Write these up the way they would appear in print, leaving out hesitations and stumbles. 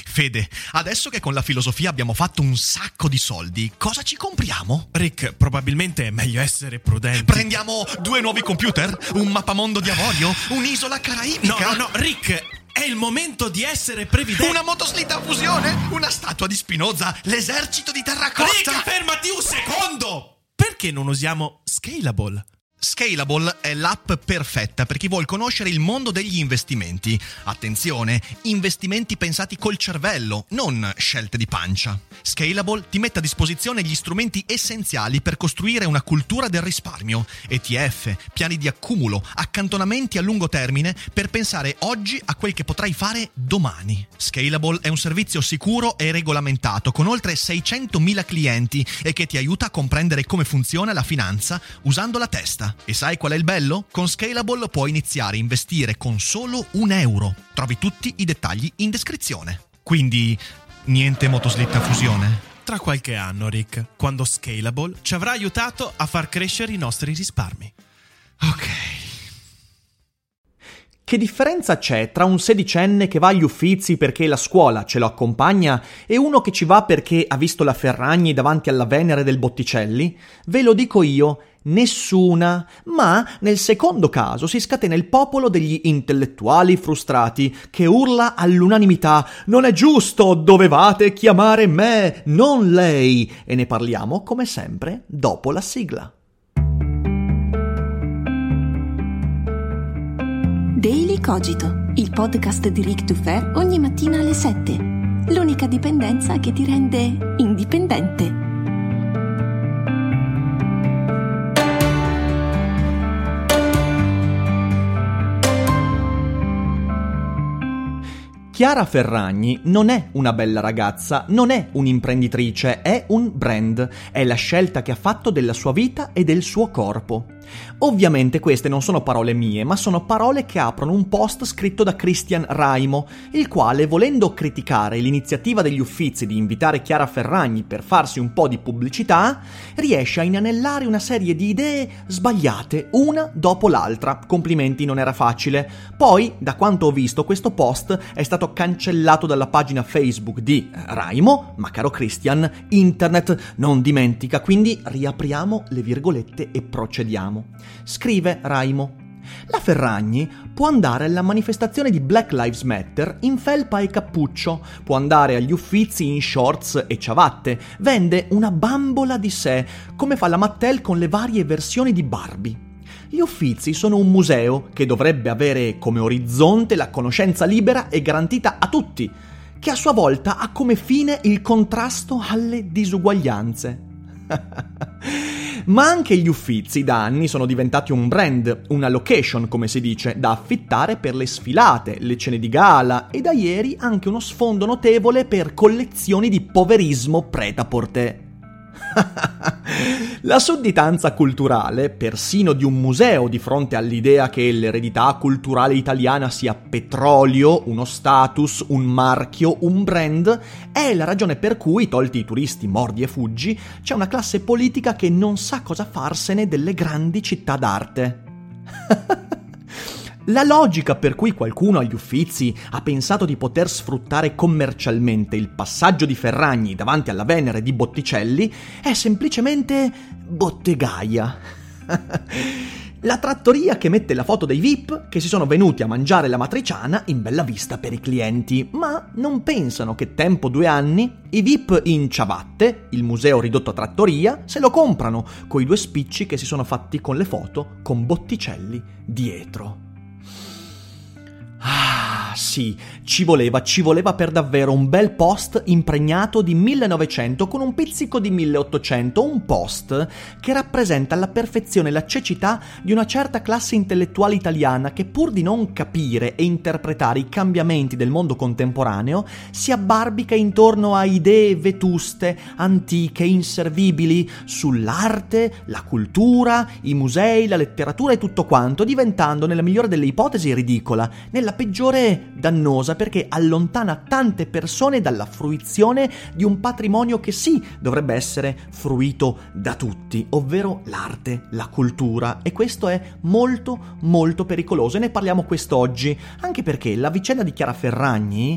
Fede, adesso che con la filosofia abbiamo fatto un sacco di soldi, cosa ci compriamo? Rick, probabilmente è meglio essere prudenti. Prendiamo 2 nuovi computer? Un mappamondo di avorio? Un'isola caraibica? No, Rick, è il momento di essere previdenti. Una motoslitta a fusione? Una statua di Spinoza? L'esercito di terracotta? Rick, fermati un secondo! Perché non usiamo Scalable? Scalable è l'app perfetta per chi vuol conoscere il mondo degli investimenti. Attenzione, investimenti pensati col cervello, non scelte di pancia. Scalable ti mette a disposizione gli strumenti essenziali per costruire una cultura del risparmio, ETF, piani di accumulo, accantonamenti a lungo termine per pensare oggi a quel che potrai fare domani. Scalable è un servizio sicuro e regolamentato con oltre 600.000 clienti e che ti aiuta a comprendere come funziona la finanza usando la testa. E sai qual è il bello? Con Scalable puoi iniziare a investire con solo €1. Trovi tutti i dettagli in descrizione. Quindi, niente motoslitta a fusione? Tra qualche anno, Rick, quando Scalable ci avrà aiutato a far crescere i nostri risparmi. Ok. Che differenza c'è tra un sedicenne che va agli Uffizi perché la scuola ce lo accompagna e uno che ci va perché ha visto la Ferragni davanti alla Venere del Botticelli? Ve lo dico io, nessuna, ma nel secondo caso si scatena il popolo degli intellettuali frustrati che urla all'unanimità «Non è giusto, dovevate chiamare me, non lei!» e ne parliamo come sempre dopo la sigla. Daily Cogito, il podcast di Rick Dufer ogni mattina alle 7. L'unica dipendenza che ti rende indipendente. Chiara Ferragni non è una bella ragazza, non è un'imprenditrice, è un brand. È la scelta che ha fatto della sua vita e del suo corpo. Ovviamente queste non sono parole mie, ma sono parole che aprono un post scritto da Cristian Raimo, il quale, volendo criticare l'iniziativa degli Uffizi di invitare Chiara Ferragni per farsi un po' di pubblicità, riesce a inanellare una serie di idee sbagliate, una dopo l'altra. Complimenti, non era facile. Poi, da quanto ho visto, questo post è stato cancellato dalla pagina Facebook di Raimo, ma caro Christian, internet non dimentica, quindi riapriamo le virgolette e procediamo. Scrive Raimo: la Ferragni può andare alla manifestazione di Black Lives Matter in felpa e cappuccio, può andare agli Uffizi in shorts e ciabatte, vende una bambola di sé, come fa la Mattel con le varie versioni di Barbie. Gli Uffizi sono un museo che dovrebbe avere come orizzonte la conoscenza libera e garantita a tutti, che a sua volta ha come fine il contrasto alle disuguaglianze. Ma anche gli Uffizi da anni sono diventati un brand, una location, come si dice, da affittare per le sfilate, le cene di gala e da ieri anche uno sfondo notevole per collezioni di poverismo prêt-à-porter. La sudditanza culturale, persino di un museo di fronte all'idea che l'eredità culturale italiana sia petrolio, uno status, un marchio, un brand, è la ragione per cui, tolti i turisti mordi e fuggi, c'è una classe politica che non sa cosa farsene delle grandi città d'arte. La logica per cui qualcuno agli Uffizi ha pensato di poter sfruttare commercialmente il passaggio di Ferragni davanti alla Venere di Botticelli è semplicemente bottegaia. La trattoria che mette la foto dei VIP che si sono venuti a mangiare la matriciana in bella vista per i clienti, ma non pensano che tempo 2 anni i VIP in ciabatte, il museo ridotto a trattoria, se lo comprano coi 2 spicci che si sono fatti con le foto con Botticelli dietro. Ah, sì, ci voleva per davvero un bel post impregnato di 1900 con un pizzico di 1800, un post che rappresenta alla perfezione la cecità di una certa classe intellettuale italiana che, pur di non capire e interpretare i cambiamenti del mondo contemporaneo, si abbarbica intorno a idee vetuste, antiche, inservibili sull'arte, la cultura, i musei, la letteratura e tutto quanto, diventando nella migliore delle ipotesi ridicola, nella peggiore dannosa, perché allontana tante persone dalla fruizione di un patrimonio che sì dovrebbe essere fruito da tutti, ovvero l'arte, la cultura, e questo è molto molto pericoloso e ne parliamo quest'oggi, anche perché la vicenda di Chiara Ferragni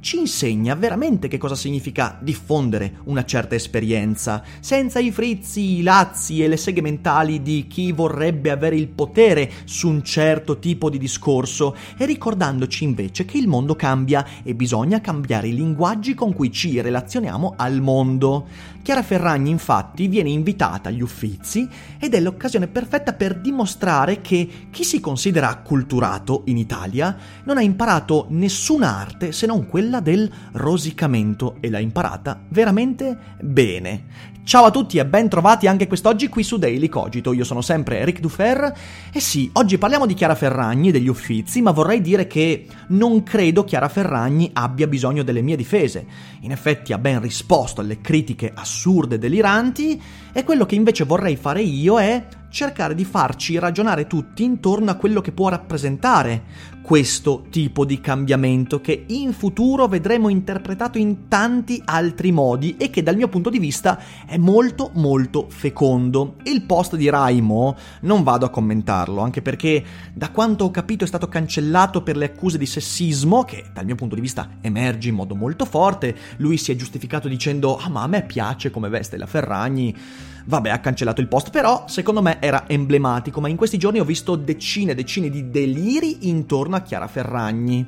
ci insegna veramente che cosa significa diffondere una certa esperienza, senza i frizzi, i lazzi e le seghe mentali di chi vorrebbe avere il potere su un certo tipo di discorso, e ricordandoci invece che il mondo cambia e bisogna cambiare i linguaggi con cui ci relazioniamo al mondo. Chiara Ferragni infatti viene invitata agli Uffizi ed è l'occasione perfetta per dimostrare che chi si considera acculturato in Italia non ha imparato nessuna arte se non quella del rosicamento, e l'ha imparata veramente bene. Ciao a tutti e ben trovati anche quest'oggi qui su Daily Cogito. Io sono sempre Ric Dufer e sì, oggi parliamo di Chiara Ferragni e degli Uffizi, ma vorrei dire che non credo Chiara Ferragni abbia bisogno delle mie difese. In effetti ha ben risposto alle critiche assurde e deliranti, e quello che invece vorrei fare io è cercare di farci ragionare tutti intorno a quello che può rappresentare questo tipo di cambiamento, che in futuro vedremo interpretato in tanti altri modi e che dal mio punto di vista è molto molto fecondo. Il post di Raimo non vado a commentarlo, anche perché da quanto ho capito è stato cancellato per le accuse di sessismo, che dal mio punto di vista emerge in modo molto forte. Lui si è giustificato dicendo ma a me piace come veste la Ferragni. Vabbè, ha cancellato il post, però secondo me era emblematico, ma in questi giorni ho visto decine e decine di deliri intorno a Chiara Ferragni.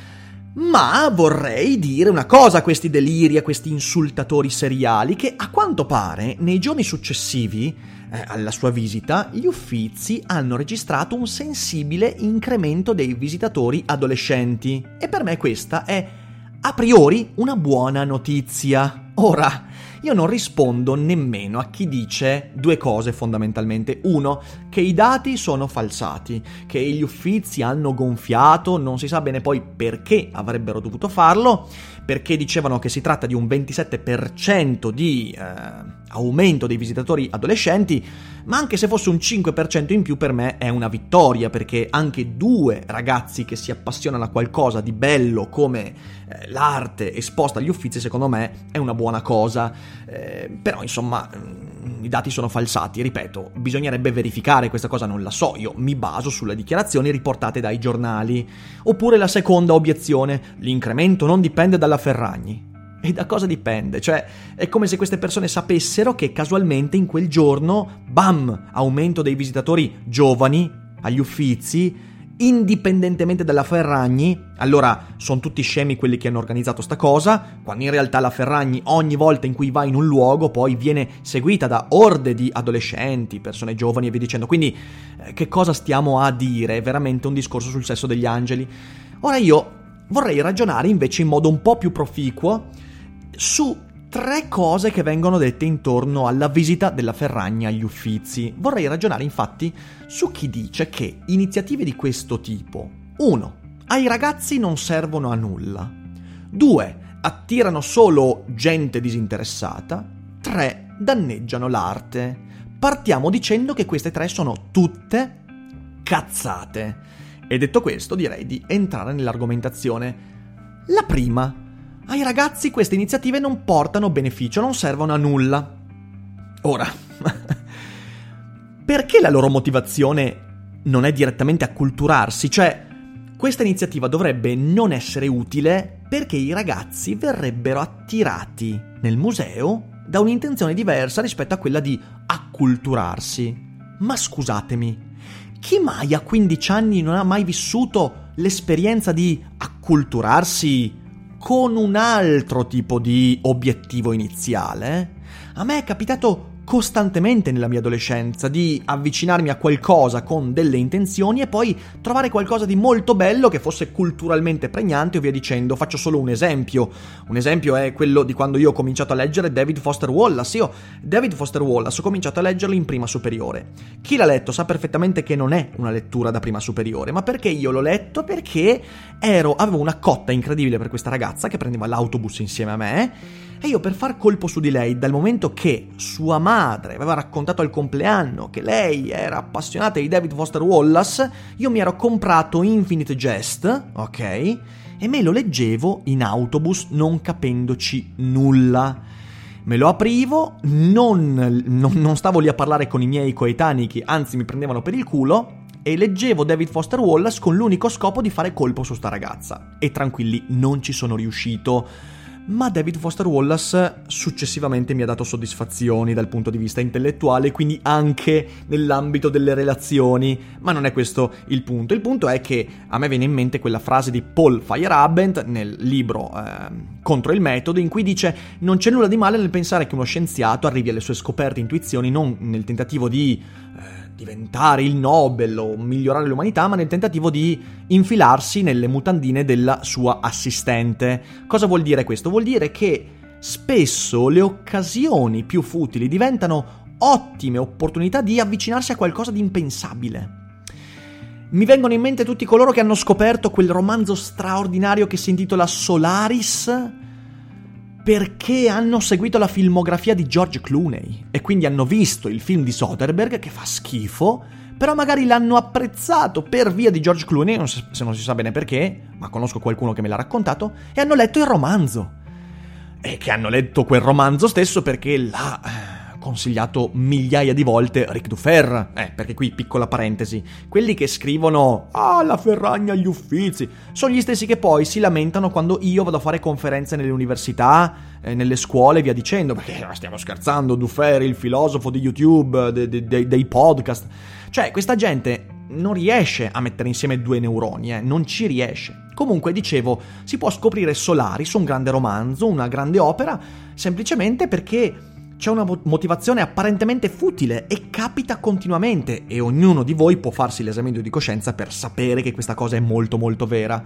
Ma vorrei dire una cosa a questi deliri, a questi insultatori seriali, che a quanto pare nei giorni successivi alla sua visita gli Uffizi hanno registrato un sensibile incremento dei visitatori adolescenti, e per me questa è a priori una buona notizia. Ora, io non rispondo nemmeno a chi dice due cose fondamentalmente. Uno, che i dati sono falsati, che gli Uffizi hanno gonfiato, non si sa bene poi perché avrebbero dovuto farlo, perché dicevano che si tratta di un 27% di aumento dei visitatori adolescenti, ma anche se fosse un 5% in più per me è una vittoria, perché anche due ragazzi che si appassionano a qualcosa di bello come l'arte esposta agli Uffizi secondo me è una buona cosa. Però insomma i dati sono falsati, ripeto, bisognerebbe verificare questa cosa, non la so, io mi baso sulle dichiarazioni riportate dai giornali. Oppure la seconda obiezione, l'incremento non dipende dalla Ferragni. E da cosa dipende? Cioè, è come se queste persone sapessero che casualmente in quel giorno, bam, aumento dei visitatori giovani agli Uffizi, indipendentemente dalla Ferragni. Allora sono tutti scemi quelli che hanno organizzato sta cosa, quando in realtà la Ferragni ogni volta in cui va in un luogo poi viene seguita da orde di adolescenti, persone giovani e via dicendo. Quindi che cosa stiamo a dire? È veramente un discorso sul sesso degli angeli. Ora io vorrei ragionare invece in modo un po' più proficuo su tre cose che vengono dette intorno alla visita della Ferragni agli Uffizi. Vorrei ragionare infatti su chi dice che iniziative di questo tipo: 1. Ai ragazzi non servono a nulla. 2. Attirano solo gente disinteressata. 3. Danneggiano l'arte. Partiamo dicendo che queste tre sono tutte cazzate. E detto questo direi di entrare nell'argomentazione. La prima: ai ragazzi queste iniziative non portano beneficio, non servono a nulla. Ora, perché la loro motivazione non è direttamente acculturarsi? Cioè, questa iniziativa dovrebbe non essere utile perché i ragazzi verrebbero attirati nel museo da un'intenzione diversa rispetto a quella di acculturarsi. Ma scusatemi, chi mai a 15 anni non ha mai vissuto l'esperienza di acculturarsi con un altro tipo di obiettivo iniziale? A me è capitato costantemente nella mia adolescenza di avvicinarmi a qualcosa con delle intenzioni e poi trovare qualcosa di molto bello che fosse culturalmente pregnante o via dicendo. Faccio solo un esempio. Un esempio è quello di quando io ho cominciato a leggere David Foster Wallace. Io David Foster Wallace ho cominciato a leggerlo in prima superiore. Chi l'ha letto sa perfettamente che non è una lettura da prima superiore, ma perché io l'ho letto? Perché avevo una cotta incredibile per questa ragazza che prendeva l'autobus insieme a me, e io, per far colpo su di lei, dal momento che sua madre aveva raccontato al compleanno che lei era appassionata di David Foster Wallace, io mi ero comprato Infinite Jest, ok? E me lo leggevo in autobus non capendoci nulla. Me lo aprivo, non stavo lì a parlare con i miei coetanei che anzi mi prendevano per il culo, e leggevo David Foster Wallace con l'unico scopo di fare colpo su sta ragazza. E tranquilli, non ci sono riuscito. Ma David Foster Wallace successivamente mi ha dato soddisfazioni dal punto di vista intellettuale, quindi anche nell'ambito delle relazioni, ma non è questo il punto. Il punto è che a me viene in mente quella frase di Paul Feyerabend nel libro Contro il metodo, in cui dice: non c'è nulla di male nel pensare che uno scienziato arrivi alle sue scoperte e intuizioni non nel tentativo di diventare il Nobel o migliorare l'umanità, ma nel tentativo di infilarsi nelle mutandine della sua assistente. Cosa vuol dire questo? Vuol dire che spesso le occasioni più futili diventano ottime opportunità di avvicinarsi a qualcosa di impensabile. Mi vengono in mente tutti coloro che hanno scoperto quel romanzo straordinario che si intitola Solaris perché hanno seguito la filmografia di George Clooney e quindi hanno visto il film di Soderbergh che fa schifo, però magari l'hanno apprezzato per via di George Clooney, se non si sa bene perché, ma conosco qualcuno che me l'ha raccontato, e hanno letto il romanzo. E che hanno letto quel romanzo stesso perché l'ha consigliato migliaia di volte Ric Dufer, perché qui piccola parentesi, quelli che scrivono la Ferragni agli Uffizi sono gli stessi che poi si lamentano quando io vado a fare conferenze nelle università, nelle scuole e via dicendo, perché stiamo scherzando, Dufer il filosofo di YouTube, dei podcast, cioè questa gente non riesce a mettere insieme due neuroni, non ci riesce. Comunque, dicevo, si può scoprire Solaris, un grande romanzo, una grande opera, semplicemente perché c'è una motivazione apparentemente futile e capita continuamente, e ognuno di voi può farsi l'esame di coscienza per sapere che questa cosa è molto molto vera.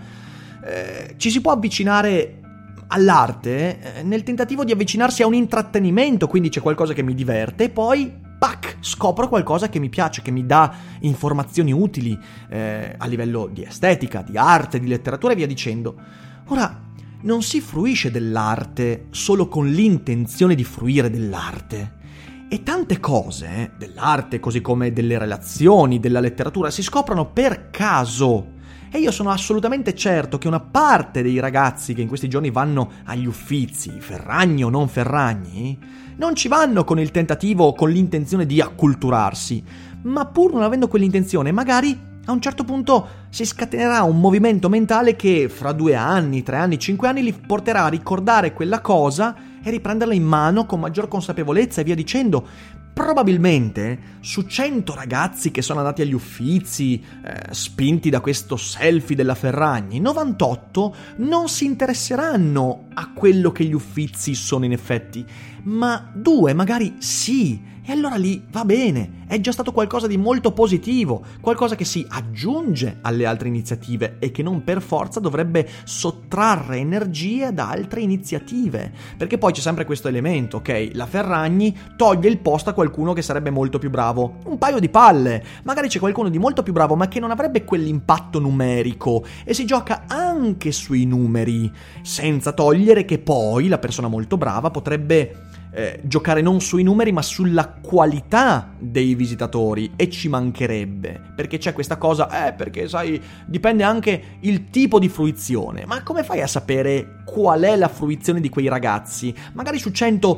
Ci si può avvicinare all'arte nel tentativo di avvicinarsi a un intrattenimento, quindi c'è qualcosa che mi diverte e poi scopro qualcosa che mi piace, che mi dà informazioni utili a livello di estetica, di arte, di letteratura e via dicendo. Ora, non si fruisce dell'arte solo con l'intenzione di fruire dell'arte. E tante cose dell'arte, così come delle relazioni, della letteratura, si scoprono per caso. E io sono assolutamente certo che una parte dei ragazzi che in questi giorni vanno agli Uffizi, Ferragni o non Ferragni, non ci vanno con il tentativo, con l'intenzione di acculturarsi, ma pur non avendo quell'intenzione, magari a un certo punto si scatenerà un movimento mentale che fra 2 anni, 3 anni, 5 anni li porterà a ricordare quella cosa e riprenderla in mano con maggior consapevolezza e via dicendo. Probabilmente su 100 ragazzi che sono andati agli Uffizi, spinti da questo selfie della Ferragni, 98 non si interesseranno a quello che gli Uffizi sono in effetti, ma 2 magari sì. E allora lì va bene, è già stato qualcosa di molto positivo, qualcosa che si aggiunge alle altre iniziative e che non per forza dovrebbe sottrarre energie da altre iniziative. Perché poi c'è sempre questo elemento, ok? La Ferragni toglie il posto a qualcuno che sarebbe molto più bravo. Un paio di palle! Magari c'è qualcuno di molto più bravo ma che non avrebbe quell'impatto numerico e si gioca anche sui numeri, senza togliere che poi la persona molto brava potrebbe giocare non sui numeri ma sulla qualità dei visitatori, e ci mancherebbe, perché c'è questa cosa, perché sai, dipende anche il tipo di fruizione. Ma come fai a sapere qual è la fruizione di quei ragazzi? Magari su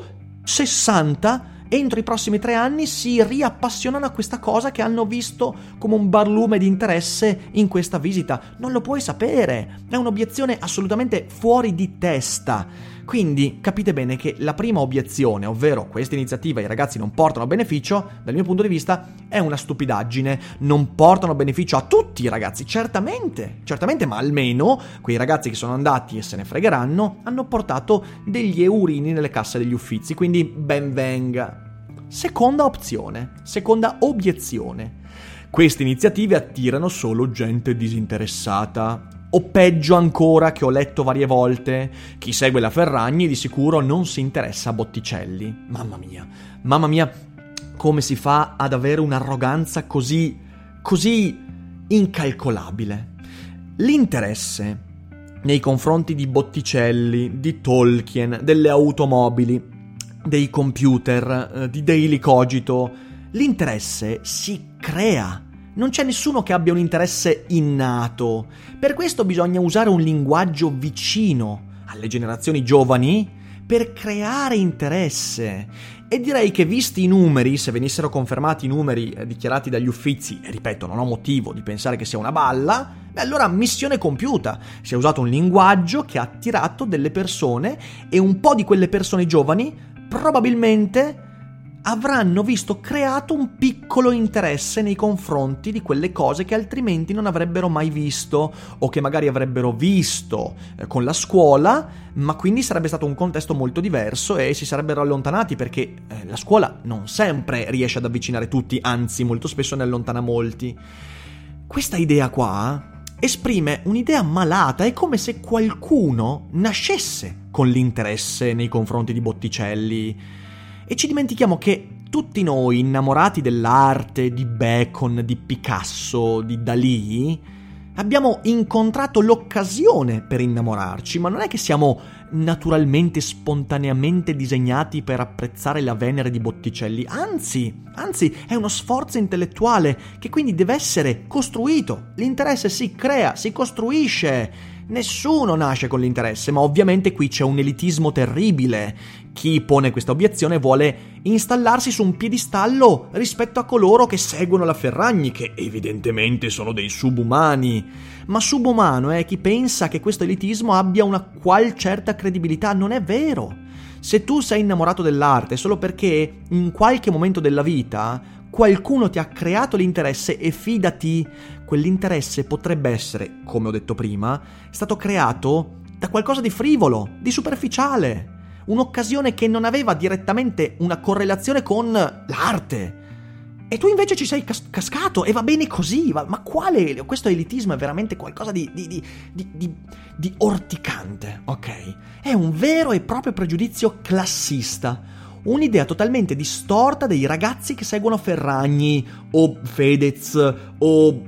160 entro i prossimi 3 anni si riappassionano a questa cosa che hanno visto come un barlume di interesse in questa visita. Non lo puoi sapere, è un'obiezione assolutamente fuori di testa. Quindi capite bene che la prima obiezione, ovvero questa iniziativa i ragazzi non portano beneficio, dal mio punto di vista è una stupidaggine. Non portano beneficio a tutti i ragazzi, certamente, ma almeno quei ragazzi che sono andati e se ne fregheranno hanno portato degli eurini nelle casse degli Uffizi, quindi ben venga. Seconda obiezione. Queste iniziative attirano solo gente disinteressata. O peggio ancora, che ho letto varie volte, chi segue la Ferragni di sicuro non si interessa a Botticelli. Mamma mia, come si fa ad avere un'arroganza così incalcolabile? L'interesse nei confronti di Botticelli, di Tolkien, delle automobili, dei computer, di Daily Cogito, l'interesse si crea. Non c'è nessuno che abbia un interesse innato. Per questo bisogna usare un linguaggio vicino alle generazioni giovani per creare interesse. E direi che visti i numeri, se venissero confermati i numeri dichiarati dagli Uffizi, e ripeto, non ho motivo di pensare che sia una balla, allora missione compiuta. Si è usato un linguaggio che ha attirato delle persone e un po' di quelle persone giovani probabilmente avranno visto creato un piccolo interesse nei confronti di quelle cose che altrimenti non avrebbero mai visto o che magari avrebbero visto con la scuola, ma quindi sarebbe stato un contesto molto diverso e si sarebbero allontanati, perché la scuola non sempre riesce ad avvicinare tutti, anzi molto spesso ne allontana molti. Questa idea qua esprime un'idea malata, è come se qualcuno nascesse con l'interesse nei confronti di Botticelli. E ci dimentichiamo che tutti noi, innamorati dell'arte, di Bacon, di Picasso, di Dalì, abbiamo incontrato l'occasione per innamorarci, ma non è che siamo naturalmente, spontaneamente disegnati per apprezzare la Venere di Botticelli, anzi, è uno sforzo intellettuale che quindi deve essere costruito. L'interesse si crea, si costruisce. Nessuno nasce con l'interesse, ma ovviamente qui c'è un elitismo terribile. Chi pone questa obiezione vuole installarsi su un piedistallo rispetto a coloro che seguono la Ferragni, che evidentemente sono dei subumani. Ma subumano è chi pensa che questo elitismo abbia una qual certa credibilità. Non è vero. Se tu sei innamorato dell'arte solo perché in qualche momento della vita qualcuno ti ha creato l'interesse, e fidati, quell'interesse potrebbe essere, come ho detto prima, stato creato da qualcosa di frivolo, di superficiale, un'occasione che non aveva direttamente una correlazione con l'arte. E tu invece ci sei cascato, e va bene così, ma quale? Questo elitismo è veramente qualcosa di orticante, ok? È un vero e proprio pregiudizio classista. Un'idea totalmente distorta dei ragazzi che seguono Ferragni, o Fedez, o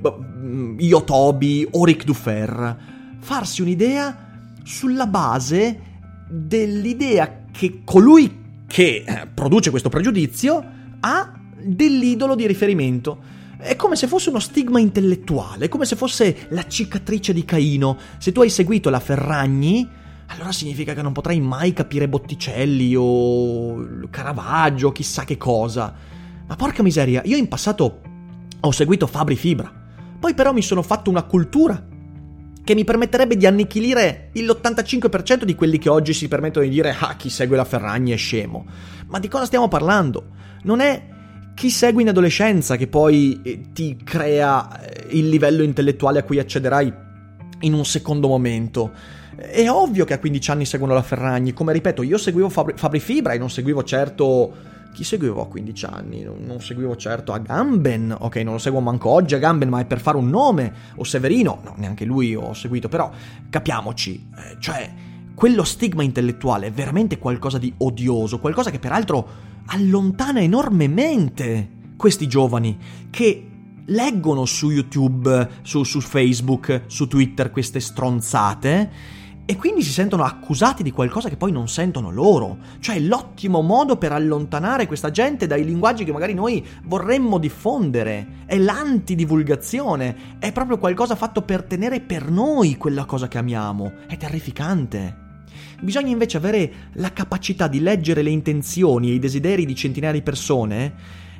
Yotobi, o Ric Dufer. Farsi un'idea sulla base dell'idea che colui che produce questo pregiudizio ha dell'idolo di riferimento. È come se fosse uno stigma intellettuale, è come se fosse la cicatrice di Caino. Se tu hai seguito la Ferragni, allora significa che non potrai mai capire Botticelli o Caravaggio, chissà che cosa. Ma porca miseria, io in passato ho seguito Fabri Fibra, poi però mi sono fatto una cultura che mi permetterebbe di annichilire l'85% di quelli che oggi si permettono di dire chi segue la Ferragni è scemo. Ma di cosa stiamo parlando? Non è chi segue in adolescenza che poi ti crea il livello intellettuale a cui accederai in un secondo momento. È ovvio che a 15 anni seguono la Ferragni, come ripeto, io seguivo Fabri Fibra e non seguivo certo... Chi seguivo a 15 anni? Non seguivo certo Agamben, ok, non lo seguo manco oggi Agamben, ma è per fare un nome, o Severino, no, neanche lui ho seguito, però capiamoci, cioè, quello stigma intellettuale è veramente qualcosa di odioso, qualcosa che peraltro allontana enormemente questi giovani che leggono su YouTube, su Facebook, su Twitter queste stronzate e quindi si sentono accusati di qualcosa che poi non sentono loro. Cioè l'ottimo modo per allontanare questa gente dai linguaggi che magari noi vorremmo diffondere. È l'antidivulgazione, è proprio qualcosa fatto per tenere per noi quella cosa che amiamo. È terrificante. Bisogna invece avere la capacità di leggere le intenzioni e i desideri di centinaia di persone,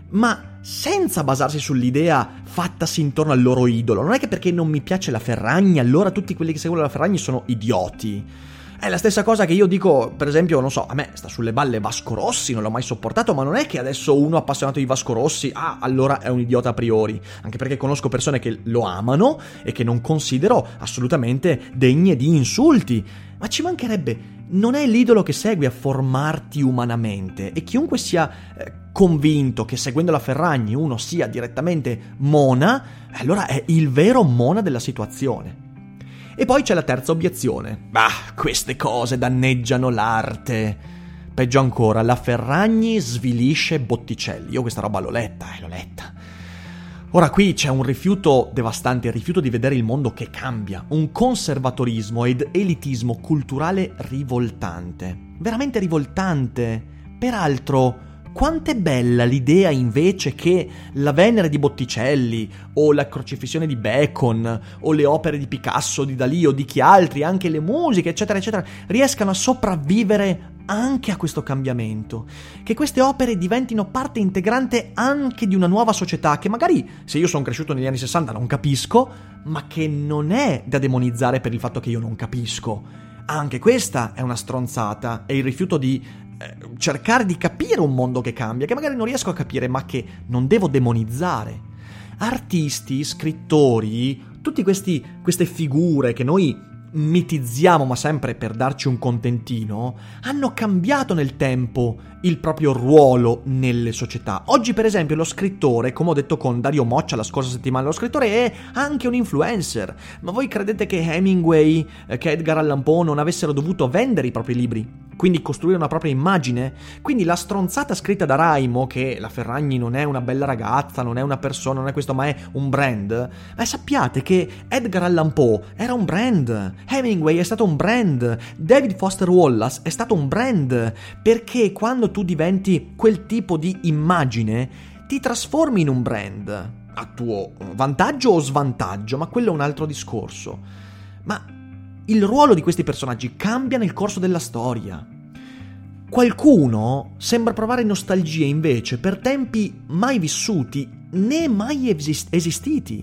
ma senza basarsi sull'idea fattasi intorno al loro idolo. Non è che perché non mi piace la Ferragni allora tutti quelli che seguono la Ferragni sono idioti. È la stessa cosa che io dico, per esempio, non so, a me sta sulle balle Vasco Rossi, non l'ho mai sopportato, ma non è che adesso uno appassionato di Vasco Rossi, allora è un idiota a priori, anche perché conosco persone che lo amano e che non considero assolutamente degne di insulti. Ma ci mancherebbe, non è l'idolo che segui a formarti umanamente, e chiunque sia convinto che seguendo la Ferragni uno sia direttamente mona, allora è il vero mona della situazione. E poi c'è la terza obiezione. Queste cose danneggiano l'arte. Peggio ancora, la Ferragni svilisce Botticelli. Io questa roba l'ho letta. Ora qui c'è un rifiuto devastante, il rifiuto di vedere il mondo che cambia, un conservatorismo ed elitismo culturale rivoltante, veramente rivoltante. Peraltro, quanto è bella l'idea invece che la Venere di Botticelli, o la crocifissione di Bacon, o le opere di Picasso, di Dalì o di chi altri, anche le musiche, eccetera, eccetera, riescano a sopravvivere anche a questo cambiamento, che queste opere diventino parte integrante anche di una nuova società che magari, se io sono cresciuto negli anni 60, non capisco, ma che non è da demonizzare per il fatto che io non capisco. Anche questa è una stronzata, è il rifiuto di cercare di capire un mondo che cambia, che magari non riesco a capire, ma che non devo demonizzare. Artisti, scrittori, tutte queste figure che noi mitizziamo ma sempre per darci un contentino, hanno cambiato nel tempo il proprio ruolo nelle società. Oggi per esempio lo scrittore, come ho detto con Dario Moccia la scorsa settimana, lo scrittore è anche un influencer. Ma voi credete che Hemingway, che Edgar Allan Poe non avessero dovuto vendere i propri libri? Quindi costruire una propria immagine? Quindi la stronzata scritta da Raimo, che la Ferragni non è una bella ragazza, non è una persona, non è questo, ma è un brand, ma sappiate che Edgar Allan Poe era un brand, Hemingway è stato un brand, David Foster Wallace è stato un brand, perché quando tu diventi quel tipo di immagine ti trasformi in un brand, a tuo vantaggio o svantaggio, ma quello è un altro discorso. Ma il ruolo di questi personaggi cambia nel corso della storia. Qualcuno sembra provare nostalgia invece per tempi mai vissuti né mai esistiti.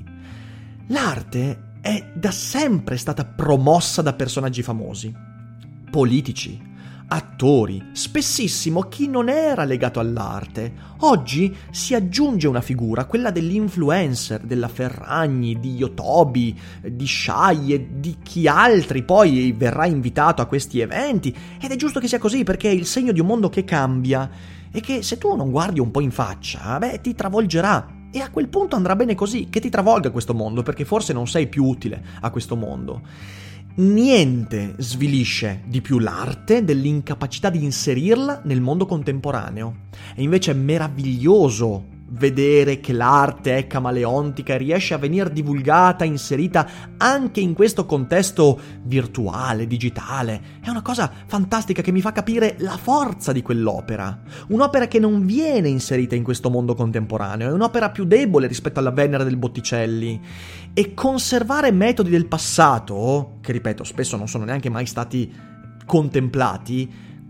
L'arte è da sempre stata promossa da personaggi famosi, politici, attori, spessissimo chi non era legato all'arte. Oggi si aggiunge una figura, quella dell'influencer, della Ferragni, di Yotobi, di Shai e di chi altri poi verrà invitato a questi eventi, ed è giusto che sia così perché è il segno di un mondo che cambia e che se tu non guardi un po' in faccia, ti travolgerà. E a quel punto andrà bene così, che ti travolga questo mondo, perché forse non sei più utile a questo mondo. Niente svilisce di più l'arte dell'incapacità di inserirla nel mondo contemporaneo. E invece è meraviglioso vedere che l'arte è camaleontica e riesce a venire divulgata, inserita anche in questo contesto virtuale, digitale. È una cosa fantastica che mi fa capire la forza di quell'opera. Un'opera che non viene inserita in questo mondo contemporaneo, è un'opera più debole rispetto alla Venere del Botticelli. E conservare metodi del passato, che ripeto spesso non sono neanche mai stati contemplati,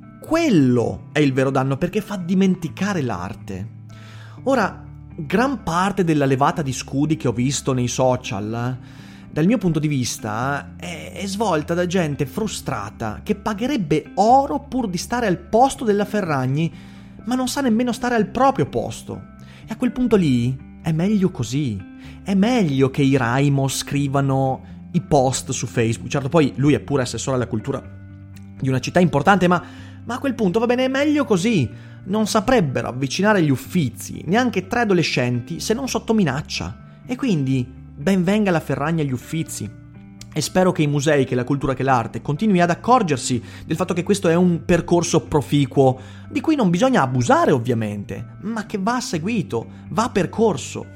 quello è il vero danno, perché fa dimenticare l'arte. Ora, gran parte della levata di scudi che ho visto nei social, dal mio punto di vista, è svolta da gente frustrata che pagherebbe oro pur di stare al posto della Ferragni, ma non sa nemmeno stare al proprio posto. E a quel punto lì è meglio così. È meglio che i Raimo scrivano i post su Facebook. Certo, poi lui è pure assessore alla cultura di una città importante, ma a quel punto va bene, è meglio così. Non saprebbero avvicinare gli Uffizi neanche 3 adolescenti se non sotto minaccia. E quindi ben venga la Ferragni agli Uffizi. E spero che i musei, che la cultura, che l'arte continui ad accorgersi del fatto che questo è un percorso proficuo, di cui non bisogna abusare ovviamente, ma che va seguito, va percorso.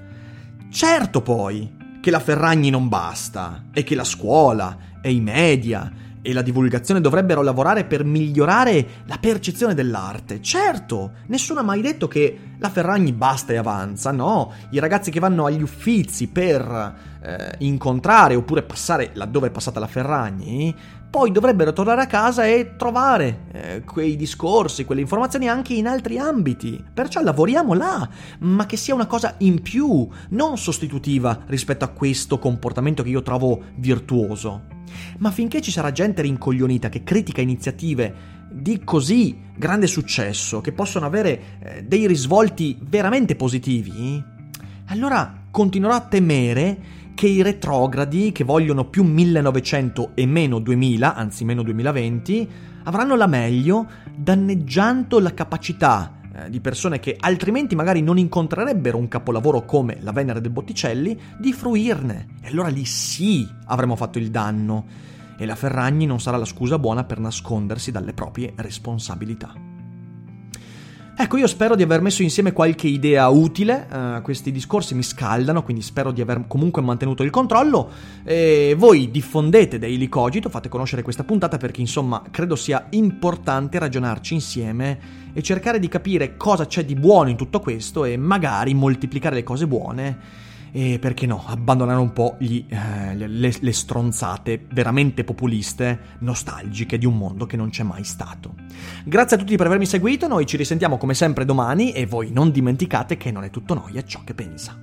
Certo poi che la Ferragni non basta, e che la scuola e i media e la divulgazione dovrebbero lavorare per migliorare la percezione dell'arte. Certo, nessuno ha mai detto che la Ferragni basta e avanza, no. I ragazzi che vanno agli Uffizi per incontrare oppure passare laddove è passata la Ferragni, poi dovrebbero tornare a casa e trovare quei discorsi, quelle informazioni anche in altri ambiti. Perciò lavoriamo là, ma che sia una cosa in più, non sostitutiva rispetto a questo comportamento che io trovo virtuoso. Ma finché ci sarà gente rincoglionita che critica iniziative di così grande successo, che possono avere dei risvolti veramente positivi, allora continuerò a temere che i retrogradi, che vogliono più 1900 e meno 2000, anzi meno 2020, avranno la meglio, danneggiando la capacità di persone che altrimenti magari non incontrerebbero un capolavoro come la Venere del Botticelli, di fruirne. E allora lì sì avremo fatto il danno, e la Ferragni non sarà la scusa buona per nascondersi dalle proprie responsabilità. Ecco, io spero di aver messo insieme qualche idea utile, questi discorsi mi scaldano, quindi spero di aver comunque mantenuto il controllo, e voi diffondete Daily Cogito, fate conoscere questa puntata, perché insomma credo sia importante ragionarci insieme e cercare di capire cosa c'è di buono in tutto questo e magari moltiplicare le cose buone e perché no, abbandonare un po' le stronzate veramente populiste, nostalgiche di un mondo che non c'è mai stato. Grazie a tutti per avermi seguito, noi ci risentiamo come sempre domani e voi non dimenticate che non è tutto noia ciò che pensa.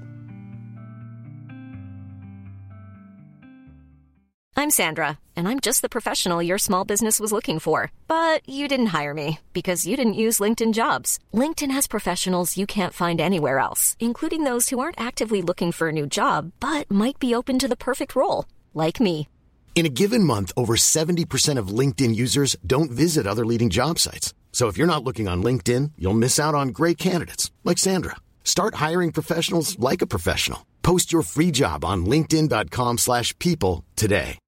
I'm Sandra, and I'm just the professional your small business was looking for. But you didn't hire me because you didn't use LinkedIn Jobs. LinkedIn has professionals you can't find anywhere else, including those who aren't actively looking for a new job, but might be open to the perfect role, like me. In a given month, over 70% of LinkedIn users don't visit other leading job sites. So if you're not looking on LinkedIn, you'll miss out on great candidates like Sandra. Start hiring professionals like a professional. Post your free job on linkedin.com/people today.